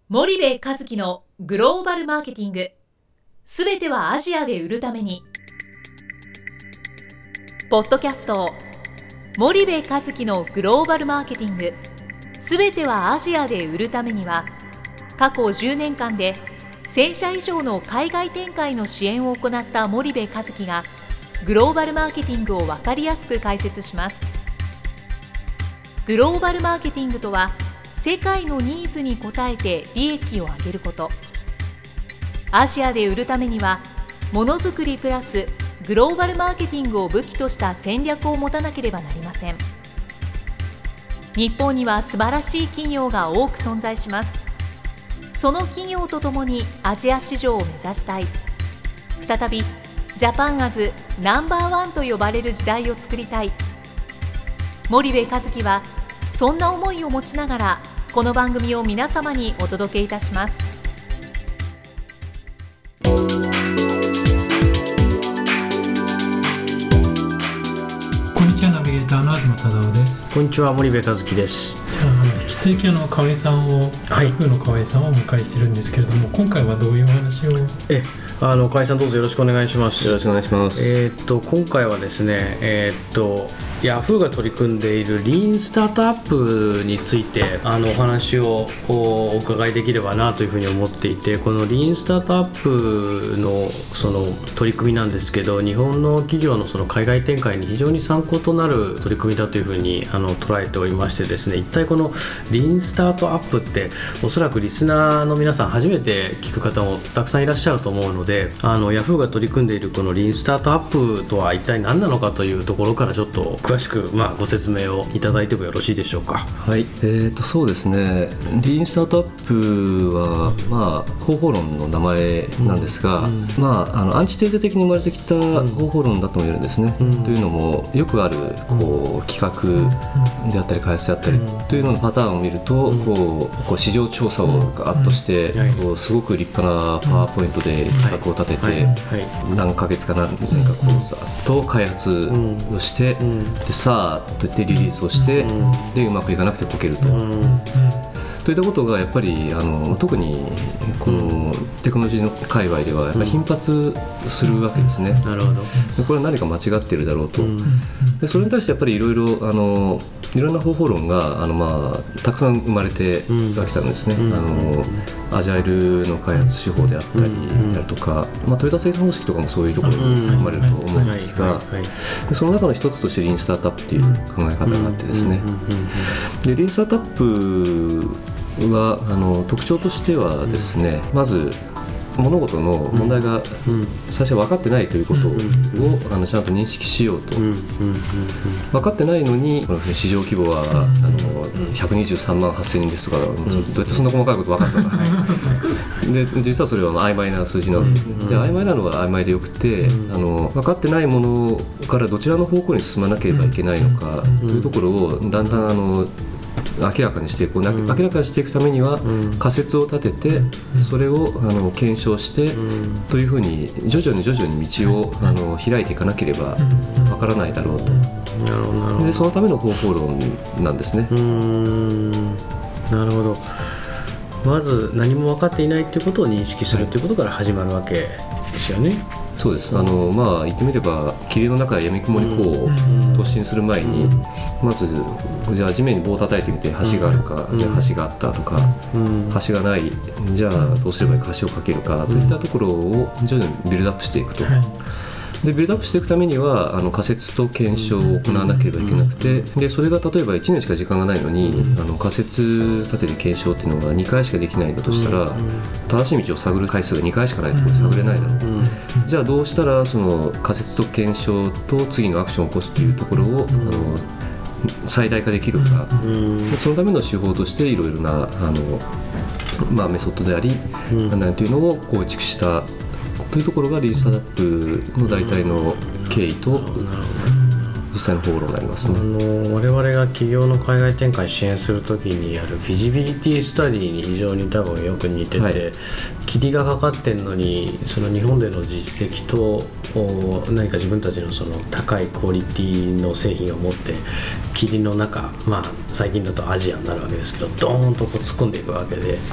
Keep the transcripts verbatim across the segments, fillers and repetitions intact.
森部一樹のグローバルマーケティング、すべてはアジアで売るために。ポッドキャスト森部一樹のグローバルマーケティング、すべてはアジアで売るためには、過去じゅうねんかんでせんしゃ以上の海外展開の支援を行った森部一樹がグローバルマーケティングを分かりやすく解説します。グローバルマーケティングとは、世界のニーズに応えて利益を上げること。アジアで売るためには、ものづくりプラスグローバルマーケティングを武器とした戦略を持たなければなりません。日本には素晴らしい企業が多く存在します。その企業とともにアジア市場を目指したい。再びジャパンアズナンバーワンと呼ばれる時代を作りたい。森部一樹はそんな思いを持ちながら、この番組を皆様にお届けいたします。 こんにちは、ナビゲーターの東忠夫です。 こんにちは、森部一樹です。 じゃあ、あの引き続きあの河合さんを、 はい、 ヤフーの河合さんをお迎えしてるんですけれども、今回はどういうお話を？ えあの河合さん、どうぞよろしくお願いします。 よろしくお願いします。 えー、っと今回はですね、えー、っとヤフーが取り組んでいるリーンスタートアップについてあのお話をお伺いできればなというふうに思っていて、このリーンスタートアップのその取り組みなんですけど、日本の企業のその海外展開に非常に参考となる取り組みだというふうにあの捉えておりましてですね、一体このリーンスタートアップっておそらくリスナーの皆さん初めて聞く方もたくさんいらっしゃると思うので、あのヤフーが取り組んでいるこのリーンスタートアップとは一体何なのかというところからちょっと詳しく、まあ、ご説明をいただいてもよろしいでしょうか。 はい、えー、とそうですね、リーンスタートアップは、まあ、方法論の名前なんですが、うんまあ、あのアンチテーゼ的に生まれてきた方法論だとも言えるんですね、うん、というのもよくあるこう企画であったり開発であったり、うん、というののパターンを見ると、うん、こうこう市場調査をガーッとして、うんこうすごく立派なパワーポイントで企画を立てて、はいはい、何ヶ月か何年かこうざっと開発をして、うん、でさあといってリリースをして、うん、でうまくいかなくてこけると、うん、といったことがやっぱりあの特にこのテクノロジーの界隈ではやっぱり頻発するわけですね、うん、なるほど。でこれは何か間違っているだろうと、うん、でそれに対してやっぱりいろいろあのいろんな方法論があの、まあ、たくさん生まれてきたんですね、うん、あのアジャイルの開発手法であったりであるとか、まあ、トヨタ生産方式とかもそういうところに生まれると思うんですが、その中の一つとしてリーンスタートアップという考え方があってですね、でリーンスタートアップはあの特徴としてはですね、まず物事の問題が最初は分かってないということをあのちゃんと認識しようと。分かってないのに市場規模はあのひゃくにじゅうさんまんはっせんにんですとか、どうやってそんな細かいこと分かったのかで実はそれは曖昧な数字なので、じゃあ曖昧なのは曖昧でよくて、あの分かってないものからどちらの方向に進まなければいけないのかというところをだんだんあの明らかにしていく、明らかにしていくためには仮説を立ててそれをあの検証してというふうに徐々に徐々に道をあの開いていかなければわからないだろうと。なるほどなるほど。でそのための方法論なんですね。 うーんなるほど。まず何も分かっていないということを認識するということから始まるわけですよね。 そうです。あの、まあ、言ってみれば霧の中で闇雲にこう突進する前に、うん、まずじゃあ地面に棒を叩いてみて橋があるか、うん、じゃあ橋があったとか、うん、橋がないじゃあどうすればいいか橋を架けるかといったところを徐々にビルドアップしていくと、はいでビルドアップしていくためにはあの仮説と検証を行わなければいけなくて、でそれが例えばいちねんしか時間がないのに、あの仮説立てて検証っていうのがにかいしかできないんだとしたら、正しい道を探る回数がにかいしかないところで探れないだろうと、じゃあどうしたらその仮説と検証と次のアクションを起こすというところを、あの最大化できるか、でそのための手法としていろいろなあの、まあ、メソッドであり、なんていうのを構築したというところがリーンスタートアップの大体の経緯と実際の方法論になりますね。 あの我々が企業の海外展開支援するときにやるフィジビリティスタディに非常に多分よく似てて、はい、霧がかかってるのにその日本での実績と何か自分たちのその高いクオリティの製品を持って霧の中、まあ、最近だとアジアになるわけですけどドーンとこう突っ込んでいくわけで、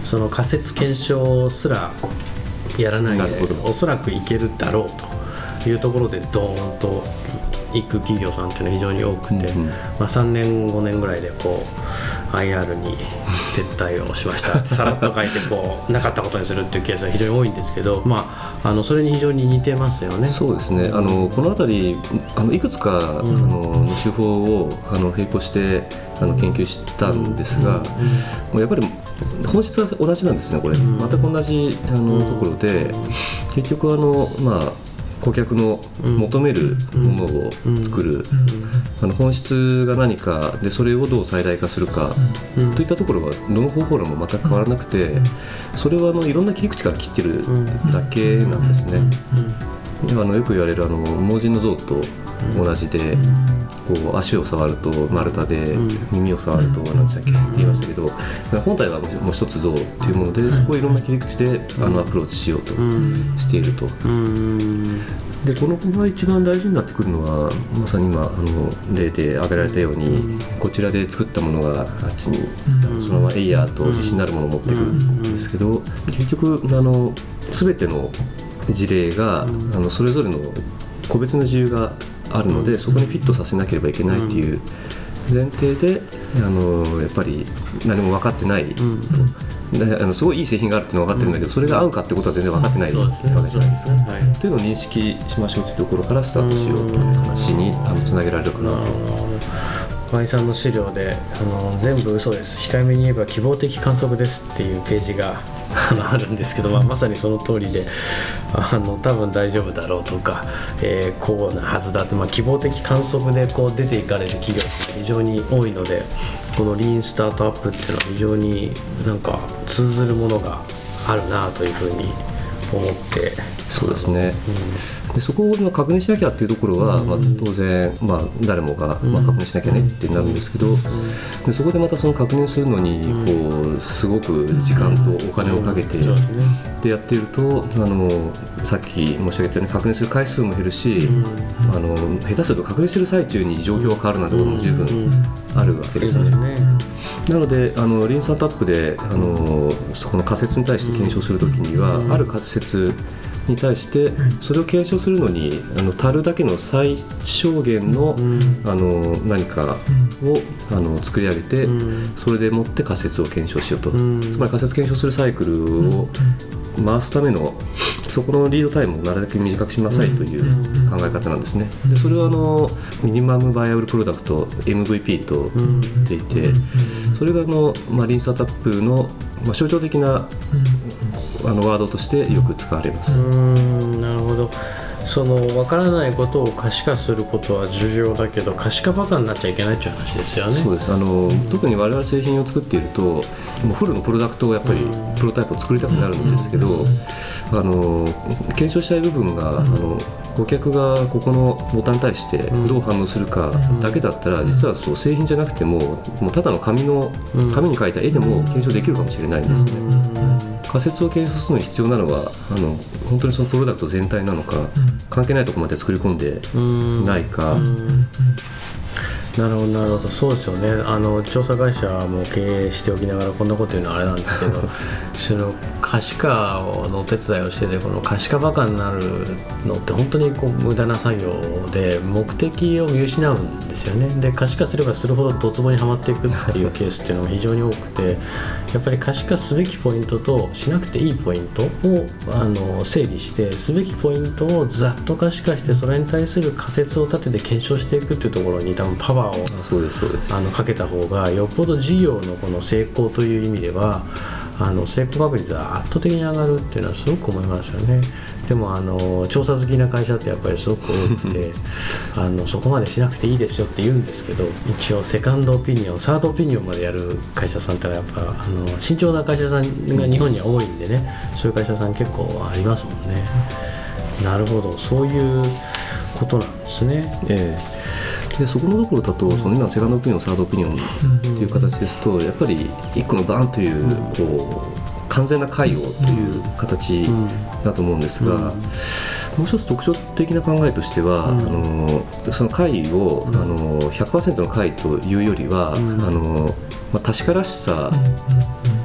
その仮説検証すらやらないでおそらくいけるだろうというところでドーンと行く企業さんっていうのは非常に多くて、うんうんまあ、さんねんごねんぐらいでこう アイアール に撤退をしましたさらっと書いてこうなかったことにするっていうケースが非常に多いんですけど、まあ、あのそれに非常に似てますよね。 そうですね、あのこの辺りあのいくつか、うん、あの手法をあの並行してあの研究したんですが、うんうん、もうやっぱり本質は同じなんですねこれ、うん、全く同じあのところで、うん、結局あの、まあ顧客の求めるものを作る、あの本質が何かでそれをどう最大化するかといったところはどの方法論も全く変わらなくて、それはあのいろんな切り口から切ってるだけなんですね。あのよく言われるあの盲人の像と同じで、こう足を触ると丸太で、耳を触ると何でしたっけって言いましたけど、本体はもう一つ像っていうもので、そこをいろんな切り口であのアプローチしようとしていると。でこの場合一番大事になってくるのはまさに今あの例で挙げられたように、こちらで作ったものがあっちにそのままエイヤーと自信になるものを持ってくるんですけど、結局あの全ての事例があのそれぞれの個別の自由があるので、そこにフィットさせなければいけないという前提であのやっぱり何も分かってないと、あのすごいいい製品があるっていうのは分かってるんだけど、それが合うかってことは全然分かってないわけじゃないですか、はい、というのを認識しましょうというところからスタートしようという話にあのつなげられるかなと。 河合さんの資料であの全部嘘です、控えめに言えば希望的観測ですっていうページがあるんですけど、まあ、まさにその通りで、あの多分大丈夫だろうとか、えー、こうなはずだって、まあ、希望的観測でこう出ていかれる企業って非常に多いので、このリーンスタートアップっていうのは非常になんか通ずるものがあるなというふうに思って。 そうですね、うん、でそこを確認しなきゃっていうところは、うんまあ、当然、まあ、誰もが、まあ、確認しなきゃねってなるんですけど、うん、でそこでまたその確認するのにこうすごく時間とお金をかけて、うん、でやっているとあのさっき申し上げたように確認する回数も減るし、うん、あの下手すると確認してる最中に状況が変わるなんてことも十分あるわけですね。うんうんうんなのであのリーンスタートアップであのそこの仮説に対して検証するときには、うん、ある仮説に対してそれを検証するのにあの足るだけの最小限の、うん、あの何かをあの作り上げて、うん、それでもって仮説を検証しようと、うん、つまり仮説検証するサイクルを回すためのそこのリードタイムをなるだけ短くしなさいという考え方なんですね。でそれはあのミニマムバイアブルプロダクト エムブイピー と言っていて、それがあの、まあ、リーンスタートアップの、まあ、象徴的なあのワードとしてよく使われます。 うーんなるほど。その分からないことを可視化することは重要だけど、可視化バカになっちゃいけないっていう話ですよね。 そうです。あの、うん、特に我々製品を作っているともうフルのプロダクトをやっぱり、うん、プロタイプを作りたくなるんですけど、うん、あの検証したい部分が、うん、あの顧客がここのボタンに対してどう反応するかだけだったら、うん、実はそう製品じゃなくても、もうただの紙の紙に描いた絵でも検証できるかもしれないんですね。うん仮説を検証するのに必要なのはあの本当にそのプロダクト全体なのか、うん、関係ないところまで作り込んでないか。うんうんなるほどなるほど、そうですよね。あの調査会社も経営しておきながらこんなこと言うのはあれなんですけどその可視化のお手伝いをしてて、この可視化バカになるのって本当にこう無駄な作業で目的を見失うんですよね。で可視化すればするほどドツボにはまっていくっていうケースっていうのが非常に多くて、やっぱり可視化すべきポイントとしなくていいポイントをあの整理して、すべきポイントをざっと可視化して、それに対する仮説を立てて検証していくっていうところに多分パワーをそうですそうですあのかけた方がよっぽど事業のこの成功という意味ではあの成功確率は圧倒的に上がるっていうのはすごく思いますよね。でもあの調査好きな会社ってやっぱりすごく多くてあのそこまでしなくていいですよって言うんですけど、一応セカンドオピニオンサードオピニオンまでやる会社さんってのはやっぱあの慎重な会社さんが日本には多いんでね、そういう会社さん結構ありますもんね。なるほど、そういうことなんですね。 ええでそこのところだと、その今セカンドオピニオンサードオピニオンっていう形ですと、やっぱり一個のバーンという、こう完全な解をという形だと思うんですが、もう一つ特徴的な考えとしては、あのその解をあの ひゃくパーセント の解というよりは、あのまあ、確からしさ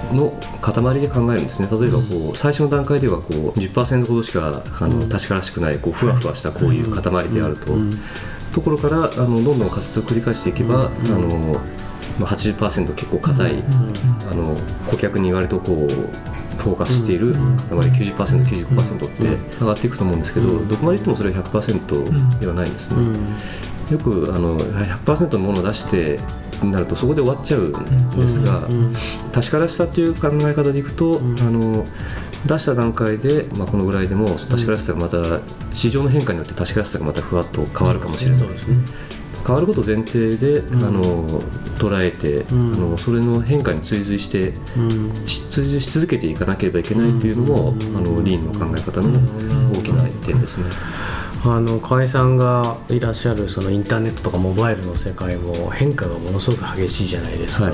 の塊で考えるんですね。例えばこう最初の段階ではこう じゅっパーセント ほどしかあの確からしくないこうふわふわしたこういう塊であると、ところからあのどんどん仮説を繰り返していけば、あのまあ、はちじゅっパーセント 結構硬い、あの顧客に割とこうフォーカスしている塊 きゅうじゅっパーセント、きゅうじゅうごパーセント って上がっていくと思うんですけど、どこまでいってもそれは ひゃくパーセント ではないんですね。よくあの ひゃくパーセント のものを出してなるとそこで終わっちゃうんですが、確からしさという考え方でいくと、あの出した段階で、まあ、このぐらいでも確からしさがまた市場の変化によって確からしさがまたふわっと変わるかもしれないですね。変わることを前提で、うん、あの捉えて、うん、あのそれの変化に追随して、うん、追随し続けていかなければいけないというのも、うん、あのリーンの考え方の大きな点ですね。 あの河合さんがいらっしゃるそのインターネットとかモバイルの世界も変化がものすごく激しいじゃないですか、はい、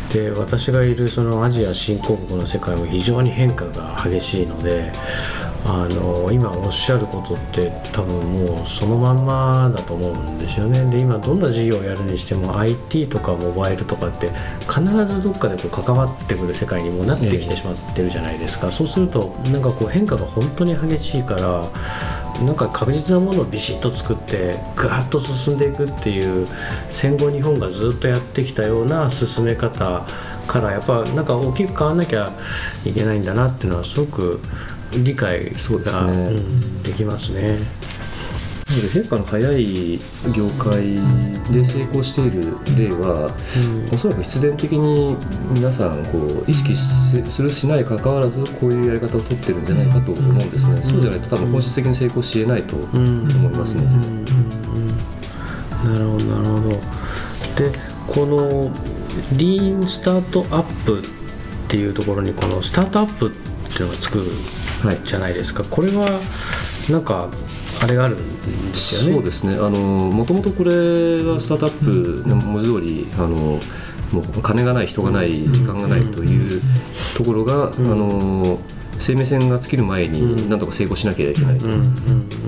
で私がいるそのアジア新興国の世界も非常に変化が激しいので、あの今おっしゃることって多分もうそのまんまだと思うんですよね。で今どんな事業をやるにしても アイティー とかモバイルとかって必ずどっかでこう関わってくる世界にもなってきてしまってるじゃないですか、えー、そうするとなんかこう変化が本当に激しいから、なんか確実なものをビシッと作ってガーッと進んでいくっていう戦後日本がずっとやってきたような進め方からやっぱなんか大きく変わんなきゃいけないんだなっていうのはすごく理解が で,、ねうん、できますね。 変化の早い業界で成功している例は、うん、おそらく必然的に皆さんこう意識するしないかかわらずこういうやり方を取ってるんじゃないかと思うんですね、うん、そうじゃないと多分本質的に成功し得ないと思いますので、うんうんうん、なるほどなるほど。でこのリーンスタートアップっていうところにこのスタートアップっていうのがつくじゃないですか、はい、これはなんかあれがあるんですよね。 そうですね、あのもともとこれはスタートアップの文字通りあのもう金がない人がない時間がないというところが、うん、あの生命線が尽きる前に何とか成功しなきゃいけないと、うん、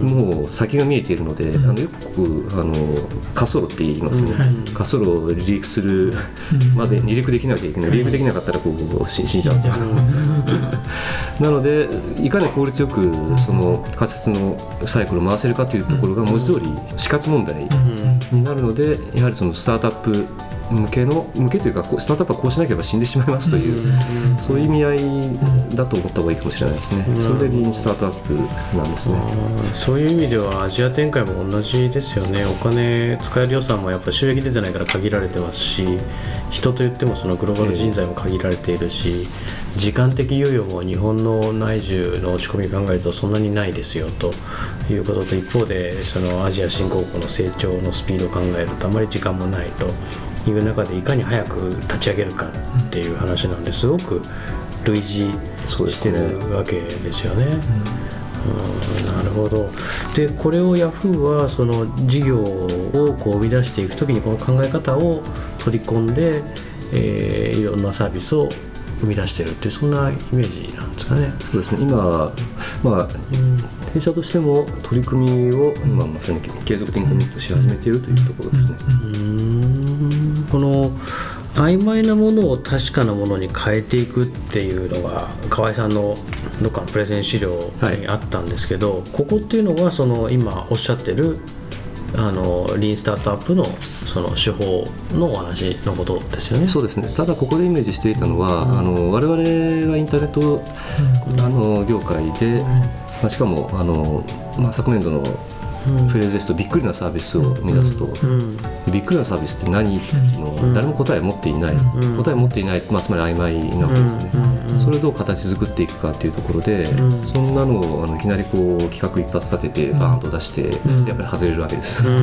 もう先が見えているので、あのよくあの滑走路って言いますね、うん、滑走路を離陸するまで離陸できなきゃいけない、離陸できなかったらこう死んじゃうなのでいかに効率よくその仮説のサイクルを回せるかというところが文字通り死活問題になるので、やはりそのスタートアップ向けの向けというかスタートアップはこうしなければ死んでしまいますという、うん、そういう意味合いだと思った方がいいかもしれないですね、うん、それでリーンスタートアップなんですね。 そういう意味ではアジア展開も同じですよね。お金使える予算もやっぱ収益出てないから限られてますし、人といってもそのグローバル人材も限られているし、時間的猶予も日本の内需の落ち込みを考えるとそんなにないですよということと、一方でそのアジア新興国の成長のスピードを考えるとあまり時間もないという中でいかに早く立ち上げるかっていう話なんで、すごく類似してるわけですよね。うん、なるほど。でこれをヤフーはその事業をこう生み出していくときにこの考え方を取り込んで、えー、いろんなサービスを生み出しているっていうそんなイメージなんですかね。 そうですね、今、まあ、弊社としても取り組みを今まさに継続的にコミットし始めているというところですね。 うーん、この曖昧なものを確かなものに変えていくっていうのが河合さんのどっかのプレゼン資料にあったんですけど、はい、ここっていうのがその今おっしゃってるあのリーンスタートアップのその手法のお話のことですよね。 そうですね。ただここでイメージしていたのは、うん、あの我々がインターネット、うん、あの業界で、うんまあ、しかもあの、まあ、昨年度のフレーズですとびっくりなサービスを生み出すと、うん、びっくりなサービスって何っていうのは誰も答えを持っていない、うん、答えを持っていない、まあ、つまり曖昧なわけですね、うん、それをどう形作っていくかというところで、うん、そんなのをあのいきなりこう企画一発立ててバーンと出して、うん、やっぱり外れるわけです、うん、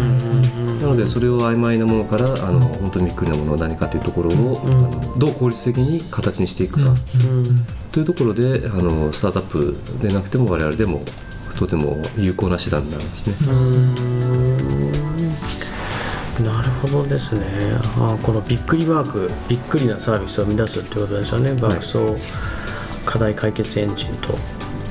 なのでそれを曖昧なものからあの本当にびっくりなものは何かというところを、うん、あのどう効率的に形にしていくか、うん、というところであのスタートアップでなくても我々でもとても有効な手段なんですね。うーん、なるほどですね。あ、このびっくりワーク、びっくりなサービスを生み出すってことですよね。爆走課題解決エンジンと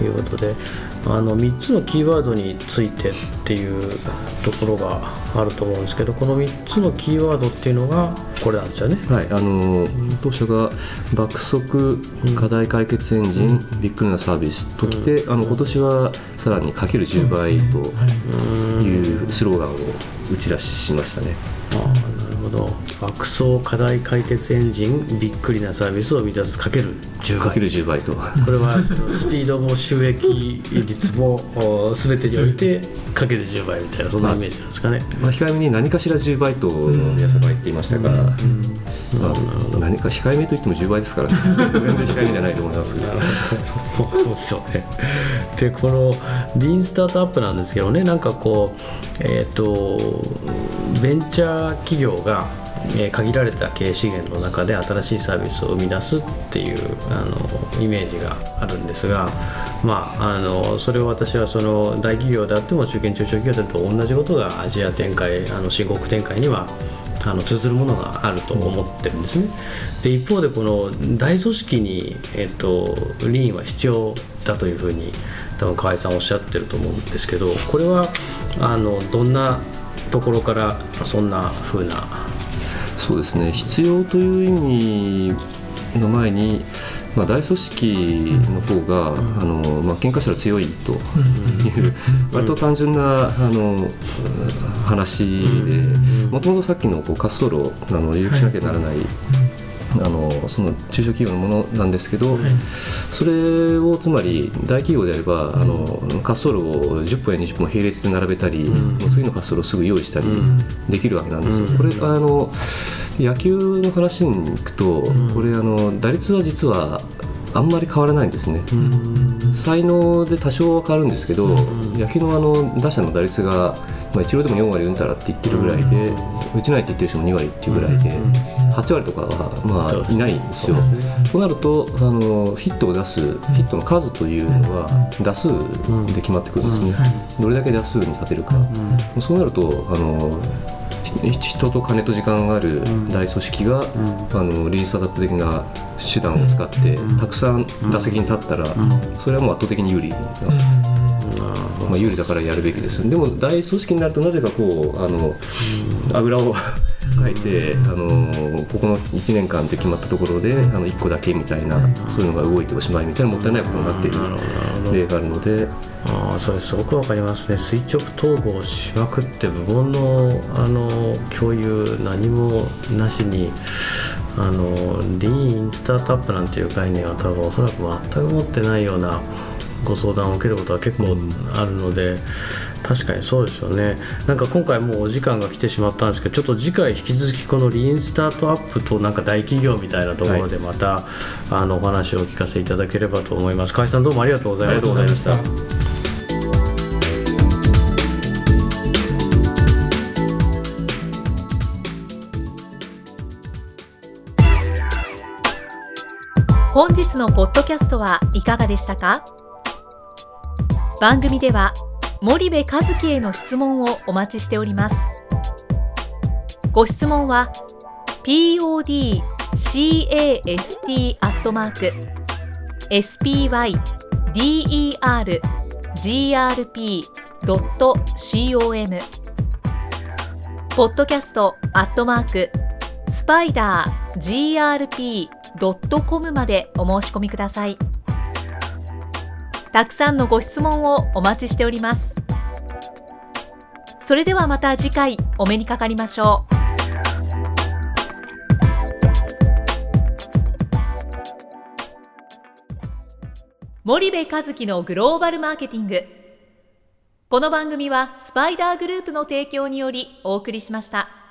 いうことで、あのみっつのキーワードについてっていうところがあると思うんですけど、このみっつのキーワードっていうのがこれなんですよね。 はい、あの当初が爆速課題解決エンジン、うん、びっくりなサービスときて、うん、あの今年はさらにかけるじゅうばいというスローガンを打ち出しましたね。 ああ、なるほど。爆走課題解決エンジンびっくりなサービスを生み出すかけるじゅうばい、 かけるじゅうばいと、これはスピードも収益率も全てにおいてかけるじゅうばいみたいな、そんなイメージなんですかね。 まあ、控えめに何かしらじゅうばいと皆さんが言っていましたから、うんうんまあ、何か控えめといってもじゅうばいですからね全然控えめじゃないと思いますけどそうですよね。でこのリーンスタートアップなんですけどね、なんかこうえっとベンチャー企業が限られた経営資源の中で新しいサービスを生み出すっていうあのイメージがあるんですが、まあ、あのそれを私はその大企業であっても中堅中小企業であっても同じことがアジア展開、あの新興国展開にはあの通ずるものがあると思ってるんですね。で一方でこの大組織に、えっと、リーンは必要だというふうに多分河合さんおっしゃってると思うんですけど、これはあのどんなところからそんな風な。 そうですね、必要という意味の前に、まあ、大組織の方が、うん、あのまあ、喧嘩したら強いという、うん、割と単純なあの話で、もともとさっきのこう滑走路あの履歴しなきゃならない、はい、あのその中小企業のものなんですけど、はい、それをつまり大企業であれば、うん、あの滑走路をじゅっぽんやにじゅっぽん並列で並べたり、うん、もう次の滑走路をすぐ用意したりできるわけなんですよ、うん、これあの野球の話に行くと、うん、これあの打率は実はあんまり変わらないんですね、うん、才能で多少は変わるんですけど、うん、野球のあの打者の打率が、まあ、一郎でもよんわりうんたらって言ってるぐらいで、うん、打ちないって言ってる人もにわりっていうぐらいで、うん、はちわりとかは、まあ、いないんですよ。となるとあのヒットを出すヒットの数というのは打数で決まってくるんですね、どれだけ打数に立てるか、うん、そうなるとあの人と金と時間がある大組織が、うん、あのリーンスタートアップ的な手段を使って、うん、たくさん打席に立ったら、うん、それはもう圧倒的に有利な、うんまあ、有利だからやるべきです。でも大組織になるとなぜかこうあの、うん、あぐらをかいて、あのここのいちねんかんで決まったところであのいっこだけみたいな、そういうのが動いておしまいみたいなもったいないことになっている例があるので、 あそれすごくわかりますね。垂直統合しまくって無言の、あの共有何もなしにあのリーンスタートアップなんていう概念は多分おそらく全く持ってないようなご相談を受けることは結構あるので、うん、確かにそうですよね。なんか今回もうお時間が来てしまったんですけど、ちょっと次回引き続きこのリーンスタートアップとなんか大企業みたいなところでまた、はい、あのお話をお聞かせいただければと思います。河合さんどうもありがとうございました。ありがとうございました。 本日のポッドキャストはいかがでしたか？番組では森部一樹への質問をお待ちしております。ご質問は ピーオーディーキャスト アットマーク エスピーワイディーイーアールジーアールピー ドット コム ポッドキャストアットマークスパイダー ジーアールピー ドット コム までお申し込みください。たくさんのご質問をお待ちしております。それではまた次回お目にかかりましょう。森部一樹のグローバルマーケティング。この番組はスパイダーグループの提供によりお送りしました。